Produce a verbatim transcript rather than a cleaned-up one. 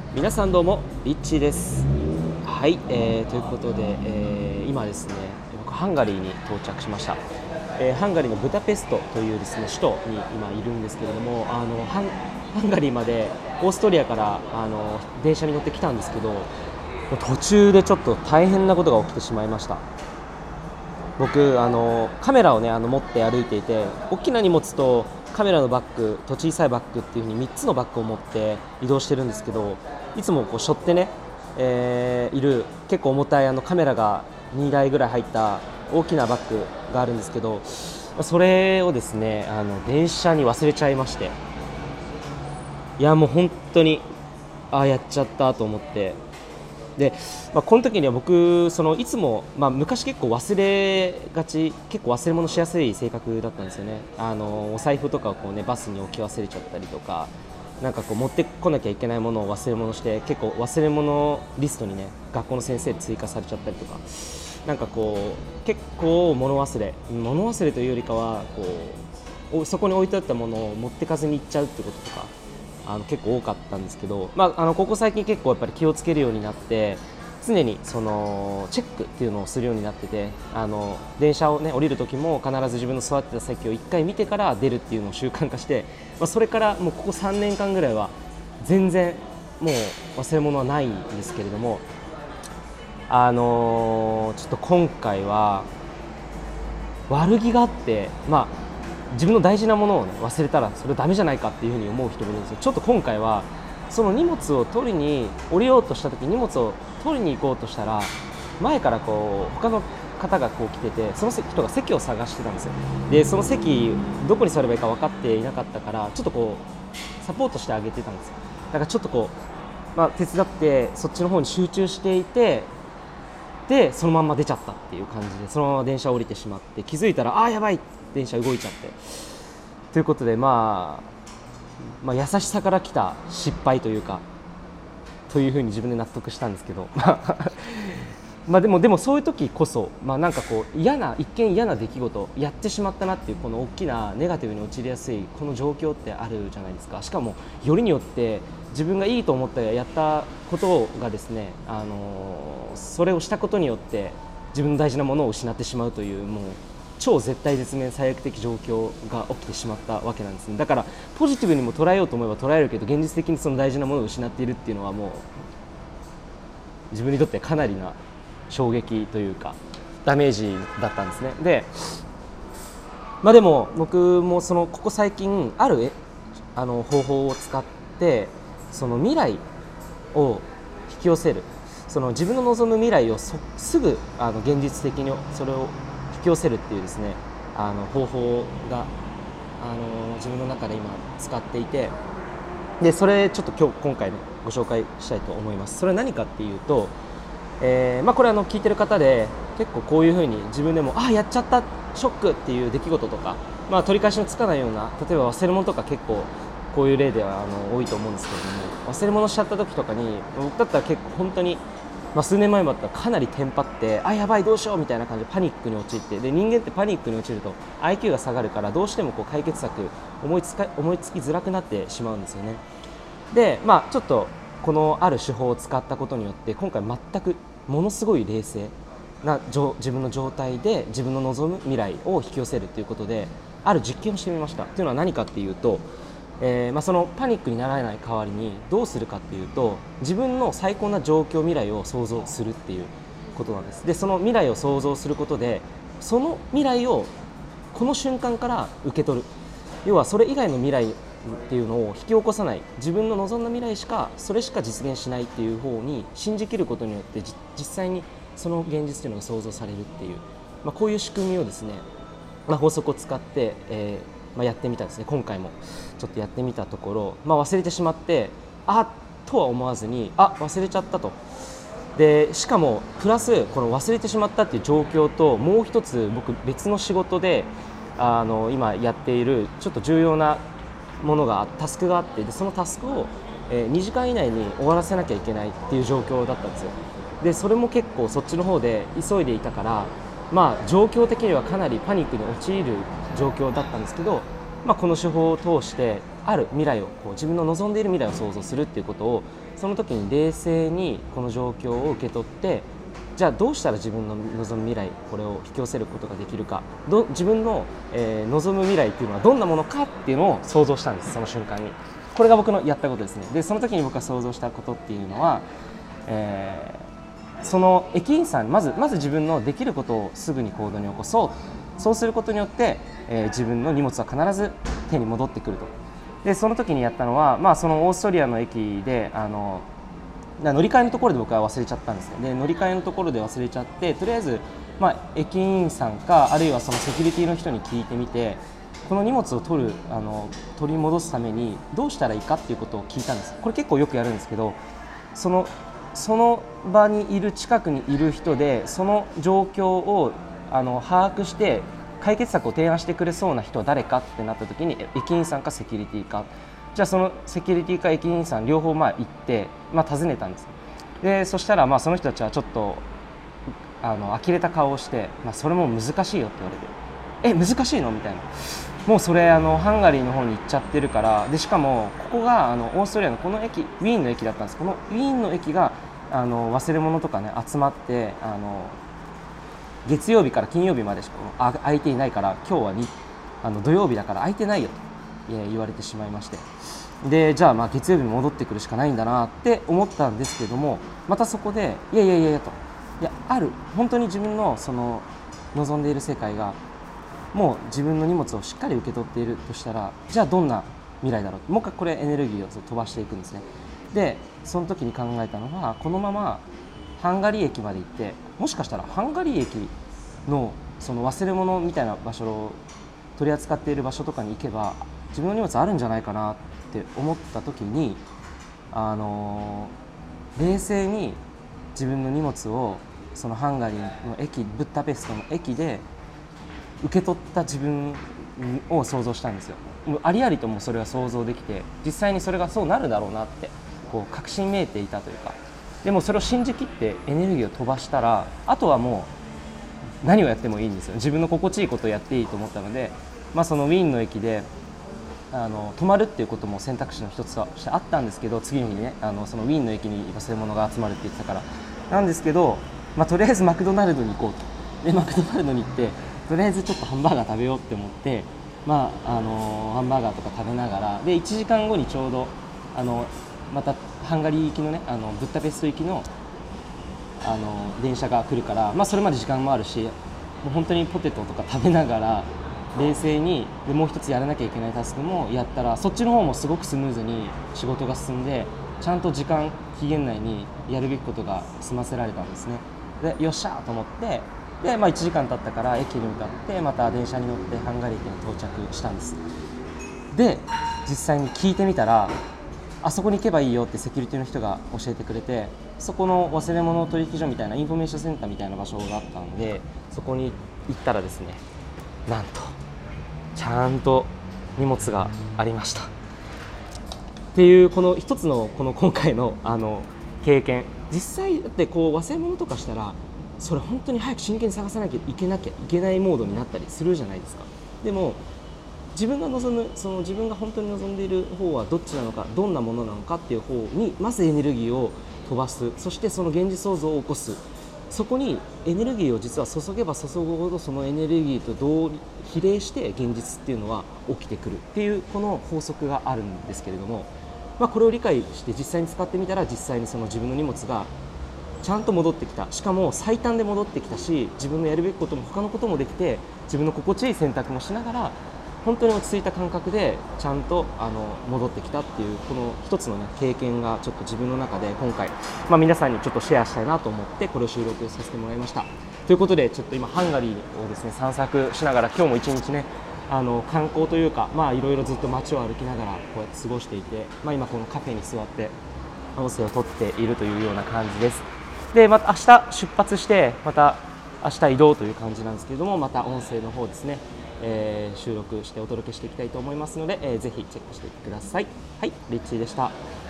皆さんどうもリッチーです。はい、えー、ということで、えー、今ですね僕ハンガリーに到着しました。えー、ハンガリーのブダペストというですね首都に今いるんですけれども、あのハンハンガリーまでオーストリアからあの電車に乗ってきたんですけど、途中でちょっと大変なことが起きてしまいました。僕あのカメラをねあの持って歩いていて、大きな荷物とカメラのバッグと小さいバッグっていう風にみっつのバッグを持って移動してるんですけど、いつもこう背負ってね、えーいる結構重たいあのカメラがにだいぐらい入った大きなバッグがあるんですけど、それをですねあの電車に忘れちゃいまして、いやもう本当にああやっちゃったと思って。で、まあ、この時には僕そのいつも、まあ、昔結構忘れがち結構忘れ物しやすい性格だったんですよね。あのお財布とかをこう、ね、バスに置き忘れちゃったりとか、なんかこう持ってこなきゃいけないものを忘れ物して結構忘れ物リストにね学校の先生で追加されちゃったりとか、なんかこう結構物忘れ物忘れというよりかはこうそこに置いてあったものを持ってかずに行っちゃうってこととかあの結構多かったんですけど、まあ、あのここ最近結構やっぱり気をつけるようになって、常にそのチェックっていうのをするようになってて、あの電車を、ね、降りる時も必ず自分の座ってた席をいっかい見てから出るっていうのを習慣化して、まあ、それからもうここさんねんかんぐらいは全然もう忘れ物はないんですけれども、あのーちょっと今回は悪気があって、まあ自分の大事なものを、ね、忘れたらそれダメじゃないかっていうふうに思う人もいるんですよ。ちょっと今回はその荷物を取りに降りようとした時、荷物を取りに行こうとしたら前からこう他の方がこう来てて、その人が席を探してたんですよ。でその席どこに座ればいいか分かっていなかったから、ちょっとこうサポートしてあげてたんですよ。だからちょっとこう、まあ、手伝ってそっちの方に集中していて、でそのまんま出ちゃったっていう感じで、そのまま電車を降りてしまって、気づいたらあーやばい、電車動いちゃってということで、まあ、まあ優しさから来た失敗というかというふうに自分で納得したんですけどまあでもでもそういう時こそ、まあ、なんかこう嫌な一見嫌な出来事やってしまったなっていう、この大きなネガティブに陥りやすいこの状況ってあるじゃないですか。しかもよりによって自分がいいと思ったやったことがですね、あのそれをしたことによって自分の大事なものを失ってしまうという、もう超絶対絶命最悪的状況が起きてしまったわけなんですね。だからポジティブにも捉えようと思えば捉えるけど、現実的にその大事なものを失っているっていうのはもう自分にとってかなりな衝撃というかダメージだったんですね。で、まあ、でも僕もそのここ最近あるあの方法を使って、その未来を引き寄せる、その自分の望む未来をそすぐあの現実的にそれを引き寄せるっていうですね、あの方法があの自分の中で今使っていて、でそれちょっと今日今回ねご紹介したいと思います。それは何かっていうと、えーまあ、これあの聞いてる方で結構こういう風に自分でもあやっちゃったショックっていう出来事とか、まあ、取り返しのつかないような、例えば忘れ物とか結構こういう例ではあの多いと思うんですけれども、忘れ物しちゃった時とかに僕だったら結構本当に、まあ、数年前もあったらかなりテンパってあやばいどうしようみたいな感じでパニックに陥って、で人間ってパニックに陥ると アイキュー が下がるから、どうしてもこう解決策思いつか思いつきづらくなってしまうんですよね。でまあちょっとこのある手法を使ったことによって今回全くものすごい冷静な自分の状態で自分の望む未来を引き寄せるということで、ある実験をしてみました。というのは何かっていうと、えーまあ、そのパニックにならない代わりにどうするかっていうと、自分の最高な状況未来を想像するっていうことなんです。でその未来を想像することで、その未来をこの瞬間から受け取る、要はそれ以外の未来っていうのを引き起こさない、自分の望んだ未来しかそれしか実現しないっていう方に信じきることによって、実際にその現実というのが想像されるっていう、まあ、こういう仕組みをですね、まあ、法則を使って、えーまあ、やってみたんですね。今回もちょっとやってみたところ、まあ、忘れてしまってあとは思わずにあ忘れちゃったと。でしかもプラスこの忘れてしまったっていう状況と、もう一つ僕別の仕事であの今やっているちょっと重要なものがタスクがあって、でそのタスクを、えー、にじかん以内に終わらせなきゃいけないっていう状況だったんですよ。でそれも結構そっちの方で急いでいたから、まあ状況的にはかなりパニックに陥る状況だったんですけど、まあ、この手法を通してある未来をこう自分の望んでいる未来を想像するっていうことを、その時に冷静にこの状況を受け取って、じゃあどうしたら自分の望む未来これを引き寄せることができるか、ど自分の、えー、望む未来っていうのはどんなものかっていうのを想像したんです。その瞬間にこれが僕のやったことですね。でその時に僕が想像したことっていうのは、えー、その駅員さんまずまず自分のできることをすぐに行動に起こそう。そうすることによって、えー、自分の荷物は必ず手に戻ってくると。でその時にやったのは、まあ、そのオーストリアの駅であの乗り換えのところで僕は忘れちゃったんですね。で乗り換えのところで忘れちゃって、とりあえず、まあ、駅員さんかあるいはそのセキュリティの人に聞いてみて、この荷物を取るあの取り戻すためにどうしたらいいかっていうことを聞いたんです。これ結構よくやるんですけど、そのその場にいる近くにいる人でその状況をあの把握して解決策を提案してくれそうな人は誰かってなった時に、駅員さんかセキュリティか、じゃあそのセキュリティか駅員さん両方まあ行って、まあ、尋ねたんです。でそしたらまあその人たちはちょっとあの呆れた顔をして、まあ、それも難しいよって言われて、え難しいのみたいな、もうそれあのハンガリーの方に行っちゃってるから、でしかもここがあのオーストリアのこの駅、ウィーンの駅だったんです。このウィーンの駅があの忘れ物とかね集まって、あの月曜日から金曜日までしか空いていないから、今日はにあの土曜日だから空いてないよと言われてしまいまして、でじゃあまあ月曜日に戻ってくるしかないんだなって思ったんですけども、またそこでいやいやいやいやと、いやある本当に自分のその望んでいる世界がもう自分の荷物をしっかり受け取っているとしたら、じゃあどんな未来だろう、もう一回これエネルギーを飛ばしていくんですね。でその時に考えたのは、このままハンガリー駅まで行って、もしかしたらハンガリー駅のその忘れ物みたいな場所を取り扱っている場所とかに行けば自分の荷物あるんじゃないかなって思った時に、あの冷静に自分の荷物をそのハンガリーの駅、ブッダペストの駅で受け取った自分を想像したんですよ。もうありありともそれは想像できて、実際にそれがそうなるだろうなってこう確信めいていたというか、でもそれを信じきってエネルギーを飛ばしたら、あとはもう何をやってもいいんですよ。自分の心地いいことをやっていいと思ったので、まあ、そのウィーンの駅であの泊まるっていうことも選択肢の一つとしてあったんですけど、次の日にねあのそのウィーンの駅に忘れ物が集まるって言ってたからなんですけど、まあ、とりあえずマクドナルドに行こうと。でマクドナルドに行ってとりあえずちょっとハンバーガー食べようって思って、まああのハンバーガーとか食べながら、でいちじかんごにちょうどあのまたハンガリー行きのねあのブッダペスト行きのあの電車が来るから、まあ、それまで時間もあるし、もう本当にポテトとか食べながら冷静に、でもう一つやらなきゃいけないタスクもやったら、そっちの方もすごくスムーズに仕事が進んで、ちゃんと時間期限内にやるべきことが済ませられたんですね。でよっしゃーと思って、で、まあ、いちじかん経ったから駅に向かってまた電車に乗ってハンガリー駅に到着したんです。で実際に聞いてみたら、あそこに行けばいいよってセキュリティの人が教えてくれて、そこの忘れ物取引所みたいなインフォメーションセンターみたいな場所があったので、そこに行ったらですね、なんとちゃんと荷物がありましたっていう、この一つのこの今回のあの経験、実際だってこう忘れ物とかしたらそれ本当に早く真剣に探さなきゃいけなきゃいけないモードになったりするじゃないですか。でも自分が望むその自分が本当に望んでいる方はどっちなのか、どんなものなのかっていう方にまずエネルギーを飛ばす、そしてその現実創造を起こす、そこにエネルギーを実は注げば注ぐほどそのエネルギーと同比例して現実っていうのは起きてくるっていうこの法則があるんですけれども、まあ、これを理解して実際に使ってみたら、実際にその自分の荷物がちゃんと戻ってきた、しかも最短で戻ってきたし、自分のやるべきことも他のこともできて、自分の心地いい選択もしながら本当に落ち着いた感覚でちゃんとあの戻ってきたっていう、この一つの、ね、経験がちょっと自分の中で今回、まあ、皆さんにちょっとシェアしたいなと思ってこれを収録させてもらいました。ということでちょっと今ハンガリーをですね散策しながら、今日も一日ねあの観光というか、まあいろいろずっと街を歩きながらこうやって過ごしていて、まあ、今このカフェに座って音声を撮っているというような感じです。でまた明日出発してまた明日移動という感じなんですけれども、また音声の方ですね、えー、収録してお届けしていきたいと思いますので、えー、ぜひチェックしていってください。はい、リッチーでした。